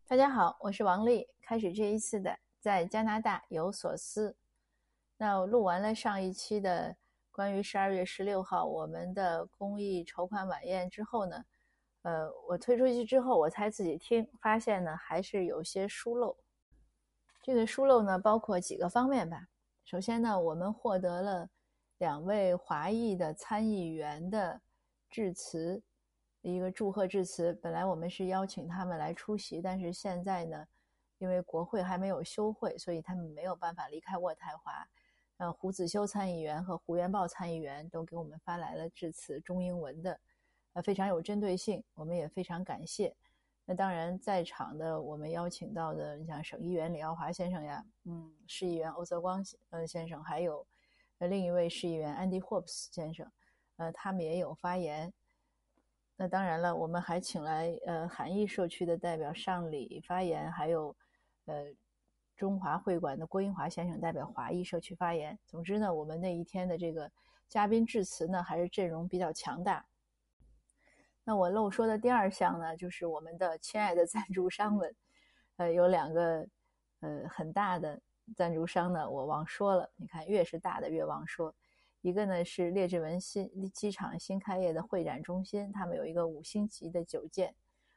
大家好，我是王丽，开始这一次的在加拿大有所思。那我录完了上一期的关于12月16号我们的公益筹款晚宴之后呢，我推出去之后我才自己听，发现呢还是有些疏漏。这个疏漏呢包括几个方面吧。首先呢，我们获得了2位华裔的参议员的致辞，一个祝贺致辞。本来我们是邀请他们来出席，但是现在呢，因为国会还没有休会，所以他们没有办法离开渥太华。胡子修参议员和胡元豹参议员都给我们发来了致辞，中英文的，非常有针对性，我们也非常感谢。那当然在场的我们邀请到的，你像省议员李耀华先生呀，市议员欧泽光先生，还有另一位市议员 Andy Hobbs 先生，他们也有发言。那当然了，我们还请来韩裔社区的代表上礼发言，还有中华会馆的郭英华先生代表华裔社区发言。总之呢，我们那一天的这个嘉宾致辞呢，还是阵容比较强大。那我漏说的第二项呢，就是我们的亲爱的赞助商们，有2个很大的赞助商呢，我忘说了。你看，越是大的越忘说。一个呢是列治文机场新开业的会展中心，他们有一个5星级的酒店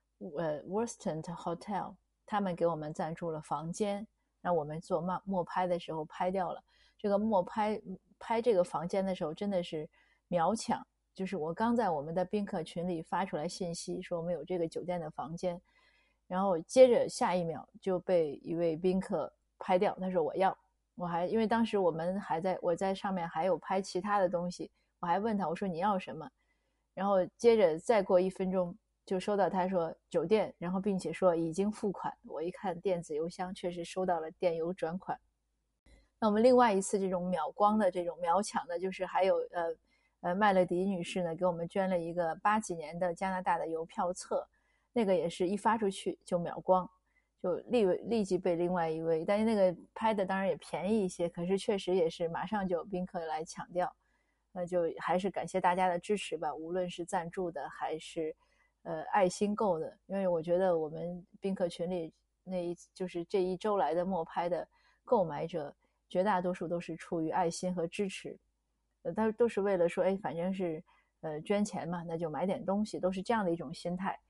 ，Worston Hotel， 他们给我们赞助了房间。那我们做默拍的时候拍掉了。这个默拍这个房间的时候真的是秒抢。就是我刚在我们的宾客群里发出来信息说我们有这个酒店的房间，然后接着下一秒就被一位宾客拍掉，他说我要。因为当时我在上面还有拍其他的东西，我还问他，我说你要什么，然后接着再过1分钟就收到他说酒店，然后并且说已经付款。我一看电子邮箱，确实收到了电邮转款。那我们另外一次这种秒光的这种秒抢的，就是还有麦乐迪女士呢给我们捐了一个80几年的加拿大的邮票册，那个也是一发出去就秒光，就立即被另外一位，但是那个拍的当然也便宜一些，可是确实也是马上就有宾客来抢掉。那就还是感谢大家的支持吧，无论是赞助的还是爱心购的。因为我觉得我们宾客群里就是这一周来的默拍的购买者，绝大多数都是出于爱心和支持，都是为了说反正是捐钱嘛，那就买点东西，都是这样的一种心态。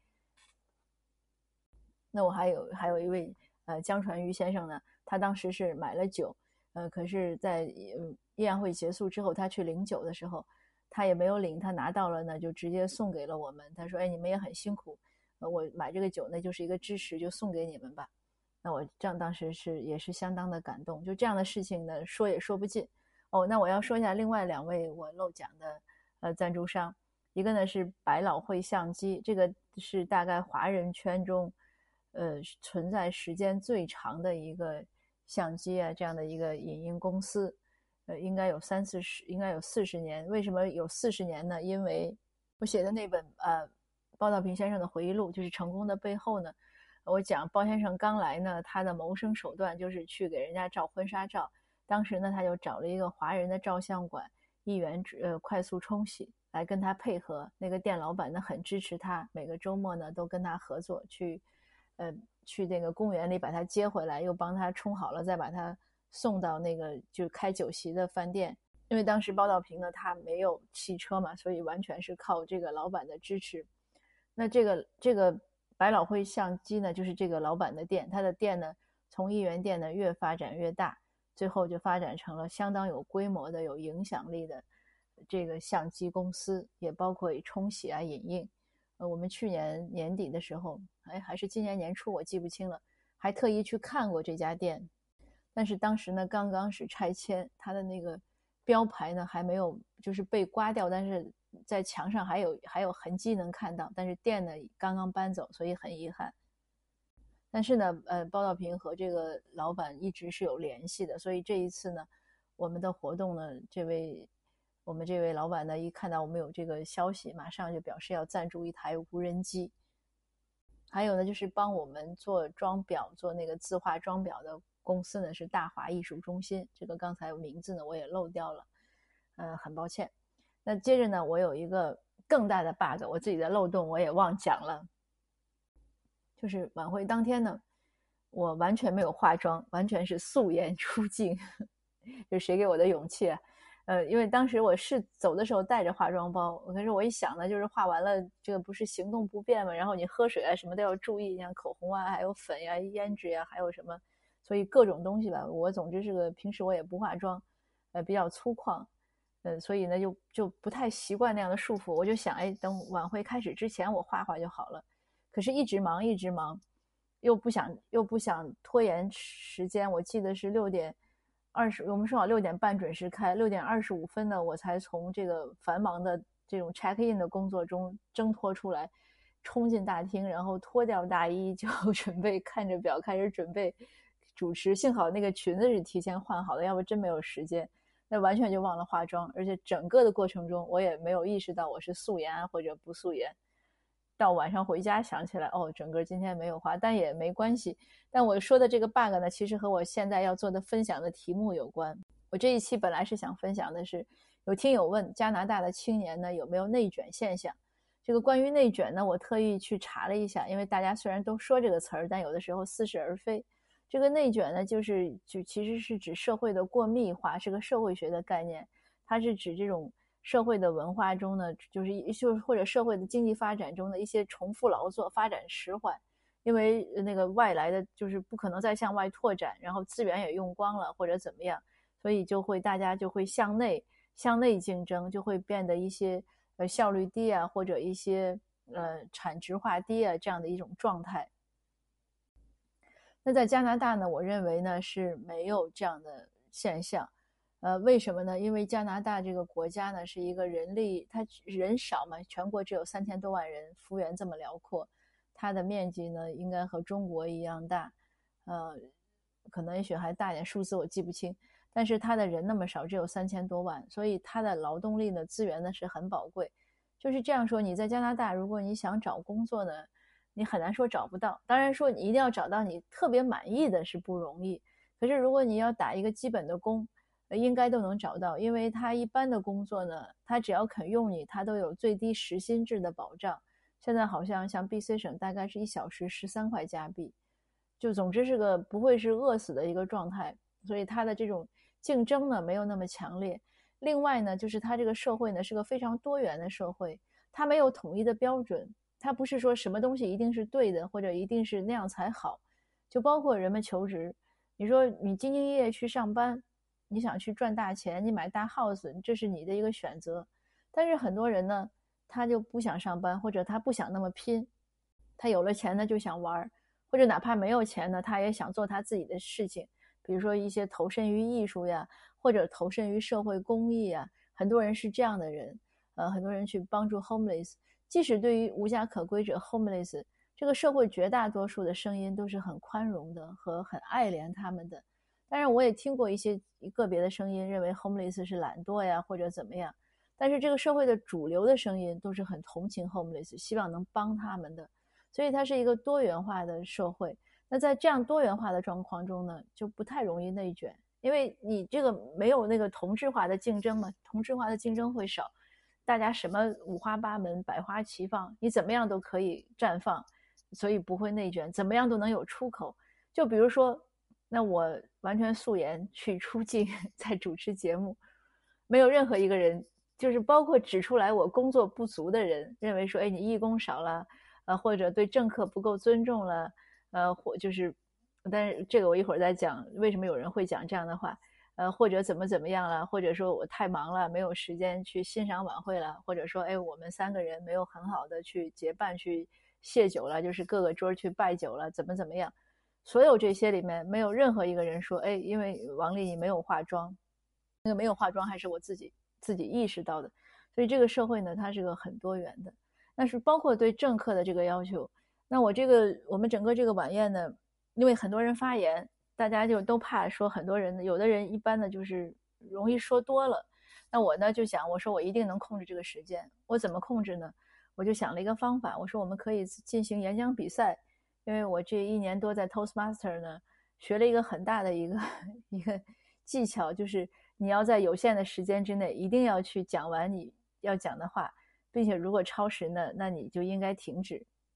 那我还有一位江传瑜先生呢，他当时是买了酒，可是在议案会结束之后他去领酒的时候，他也没有领，他拿到了呢就直接送给了我们。他说你们也很辛苦，我买这个酒呢就是一个支持，就送给你们吧。那我这样当时也是相当的感动。就这样的事情呢说也说不尽。那我要说一下另外2位我漏讲的赞助商。一个呢是百老汇相机，这个是大概华人圈中存在时间最长的一个相机啊，这样的一个影音公司，应该有40年。为什么有40年呢？因为我写的那本包道平先生的回忆录，就是成功的背后呢，我讲包先生刚来呢，他的谋生手段就是去给人家照婚纱照。当时呢，他就找了一个华人的照相馆，1元快速冲洗来跟他配合。那个店老板呢很支持他，每个周末呢都跟他合作去那个公园里把他接回来，又帮他冲好了，再把他送到那个就开酒席的饭店。因为当时包道平呢他没有汽车嘛，所以完全是靠这个老板的支持。那这个百老汇相机呢，就是这个老板的店，他的店呢从1元店呢越发展越大，最后就发展成了相当有规模的有影响力的这个相机公司，也包括冲洗啊影印。我们去年年底的时候还是今年年初我记不清了，还特意去看过这家店。但是当时呢刚刚是拆迁，它的那个标牌呢还没有就是被刮掉，但是在墙上还有痕迹能看到，但是店呢刚刚搬走，所以很遗憾。但是呢包道平和这个老板一直是有联系的，所以这一次呢我们的活动呢，我们这位老板呢一看到我们有这个消息，马上就表示要赞助1台无人机。还有呢就是帮我们做装裱，做那个字画装裱的公司呢是大华艺术中心，这个刚才名字呢我也漏掉了，很抱歉。那接着呢我有一个更大的 bug， 我自己的漏洞我也忘讲了。就是晚会当天呢我完全没有化妆，完全是素颜出镜。这谁给我的勇气啊？因为当时我是走的时候带着化妆包，可是我一想呢，就是化完了这个不是行动不便嘛，然后你喝水啊什么都要注意，像口红啊，还有粉呀、胭脂呀，还有什么，所以各种东西吧。我总之是个平时我也不化妆，比较粗犷，所以呢就不太习惯那样的束缚。我就想，哎，等晚会开始之前我画就好了。可是一直忙，又不想拖延时间。我记得是6:20，我们说好6:30准时开，6:25呢，我才从这个繁忙的这种 check in 的工作中挣脱出来，冲进大厅，然后脱掉大衣，就准备看着表开始准备主持。幸好那个裙子是提前换好的，要不真没有时间，那完全就忘了化妆。而且整个的过程中，我也没有意识到我是素颜或者不素颜。到晚上回家想起来，哦，整个今天没有化，但也没关系。但我说的这个 bug 呢，其实和我现在要做的分享的题目有关。我这一期本来是想分享的是，有听友问加拿大的青年呢有没有内卷现象。这个关于内卷呢，我特意去查了一下，因为大家虽然都说这个词儿，但有的时候似是而非。这个内卷呢，就其实是指社会的过密化，是个社会学的概念，它是指这种社会的文化中呢，就是或者社会的经济发展中的一些重复劳作，发展迟缓。因为那个外来的就是不可能再向外拓展，然后资源也用光了或者怎么样，所以大家就会向内竞争，就会变得一些效率低啊，或者一些产值化低啊这样的一种状态。那在加拿大呢，我认为呢是没有这样的现象。为什么呢？因为加拿大这个国家呢是一个它人少嘛，全国只有3000多万人，幅员这么辽阔，它的面积呢应该和中国一样大，可能也许还大一点，数字我记不清。但是它的人那么少，只有3000多万，所以它的劳动力呢资源呢是很宝贵。就是这样说，你在加拿大，如果你想找工作呢，你很难说找不到。当然说你一定要找到你特别满意的是不容易，可是如果你要打一个基本的工，应该都能找到。因为他一般的工作呢，他只要肯用你，他都有最低时薪制的保障。现在好像BC 省大概是1小时13块加币，就总之是个不会是饿死的一个状态，所以他的这种竞争呢没有那么强烈。另外呢，就是他这个社会呢是个非常多元的社会，他没有统一的标准，他不是说什么东西一定是对的，或者一定是那样才好。就包括人们求职，你说你兢兢业业去上班，你想去赚大钱，你买大 house， 这是你的一个选择。但是很多人呢，他就不想上班，或者他不想那么拼，他有了钱呢就想玩，或者哪怕没有钱呢，他也想做他自己的事情，比如说一些投身于艺术呀，或者投身于社会公益呀。很多人是这样的人，很多人去帮助 homeless。 即使对于无家可归者 homeless， 这个社会绝大多数的声音都是很宽容的和很爱怜他们的。当然我也听过一些个别的声音，认为 homeless 是懒惰呀或者怎么样，但是这个社会的主流的声音都是很同情 homeless， 希望能帮他们的。所以它是一个多元化的社会。那在这样多元化的状况中呢，就不太容易内卷，因为你这个没有那个同质化的竞争嘛，同质化的竞争会少，大家什么五花八门百花齐放，你怎么样都可以绽放，所以不会内卷，怎么样都能有出口。就比如说，那我完全素颜去出镜在主持节目，没有任何一个人，就是包括指出来我工作不足的人，认为说，哎，你义工少了，或者对政客不够尊重了，或就是，但是这个我一会儿再讲，为什么有人会讲这样的话，或者怎么样了，或者说我太忙了，没有时间去欣赏晚会了，或者说，哎，我们3个人没有很好的去结伴去谢酒了，就是各个桌去拜酒了，怎么样。所有这些里面没有任何一个人说，哎，因为王丽你没有化妆，那个没有化妆还是我自己意识到的。所以这个社会呢，它是个很多元的。那是包括对政客的这个要求。那我们整个这个晚宴呢，因为很多人发言，大家就都怕说很多人，有的人一般的就是容易说多了。那我呢就想，我说我一定能控制这个时间。我怎么控制呢？我就想了一个方法，我说我们可以进行演讲比赛。因为我这1年多在 Toastmaster 呢，学了一个很大的一个技巧，就是你要在有限的时间之内一定要去讲完你要讲的话，并且如果超时呢，那你就应该停止。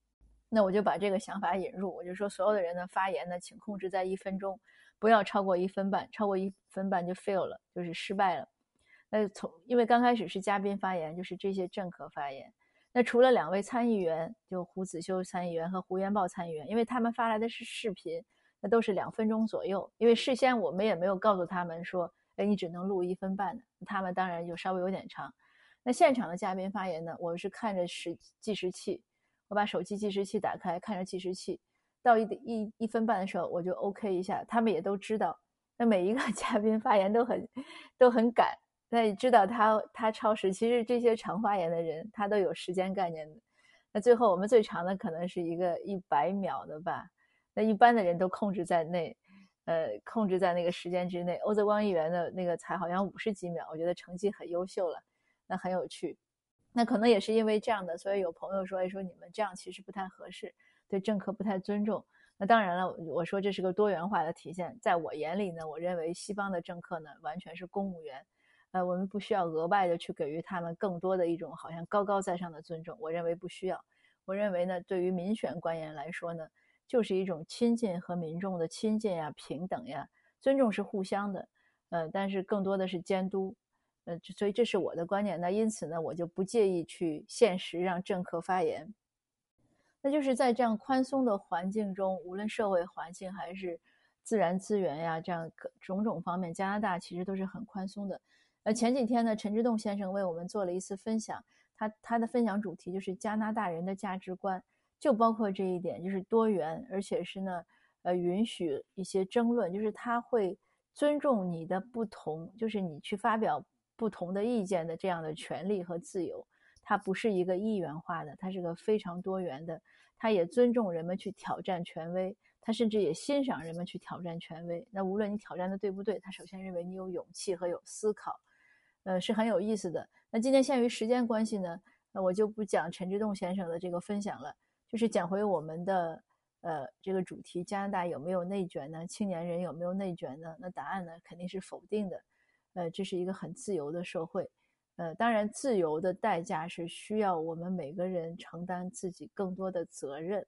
那我就把这个想法引入，我就说所有的人的发言呢，请控制在1分钟，不要超过1分半，超过1分半就 fail 了，就是失败了。因为刚开始是嘉宾发言，就是这些政客发言。那除了2位参议员，就胡子修参议员和胡元豹参议员，因为他们发来的是视频，那都是2分钟左右。因为事先我们也没有告诉他们说，你只能录1分半的，他们当然就稍微有点长。那现场的嘉宾发言呢，我是看着计时器，我把手机计时器打开，看着计时器，到一分半的时候我就 OK 一下，他们也都知道。那每一个嘉宾发言都很赶。那你知道他超时，其实这些长发言的人他都有时间概念的。那最后我们最长的可能是一个100秒的吧，那一般的人都控制在那个时间之内。欧泽光议员的那个才好像50几秒，我觉得成绩很优秀了，那很有趣。那可能也是因为这样的，所以有朋友说你们这样其实不太合适，对政客不太尊重。那当然了，我说这是个多元化的体现。在我眼里呢，我认为西方的政客呢完全是公务员。我们不需要额外的去给予他们更多的一种好像高高在上的尊重，我认为不需要。我认为呢，对于民选官员来说呢，就是一种亲近和民众的亲近呀、平等呀，尊重是互相的，但是更多的是监督，所以这是我的观点。那因此呢，我就不介意去限时让政客发言。那就是在这样宽松的环境中，无论社会环境还是自然资源呀，这样种种方面，加拿大其实都是很宽松的。前几天呢，陈之栋先生为我们做了一次分享，他的分享主题就是加拿大人的价值观，就包括这一点，就是多元，而且是呢，允许一些争论，就是他会尊重你的不同，就是你去发表不同的意见的这样的权利和自由。它不是一个一元化的，它是个非常多元的，它也尊重人们去挑战权威，他甚至也欣赏人们去挑战权威。那无论你挑战的对不对，他首先认为你有勇气和有思考。是很有意思的。那今天限于时间关系呢，我就不讲陈之栋先生的这个分享了，就是讲回我们的这个主题：加拿大有没有内卷呢？青年人有没有内卷呢？那答案呢肯定是否定的。这是一个很自由的社会。当然，自由的代价是需要我们每个人承担自己更多的责任，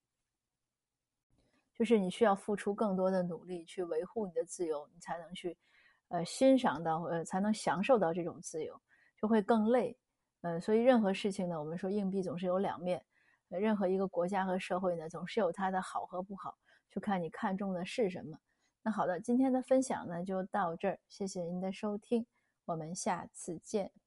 就是你需要付出更多的努力去维护你的自由，你才能去欣赏到才能享受到这种自由，就会更累。所以任何事情呢，我们说硬币总是有2面，任何一个国家和社会呢，总是有它的好和不好，就看你看重的是什么。那好的，今天的分享呢就到这儿，谢谢您的收听，我们下次见。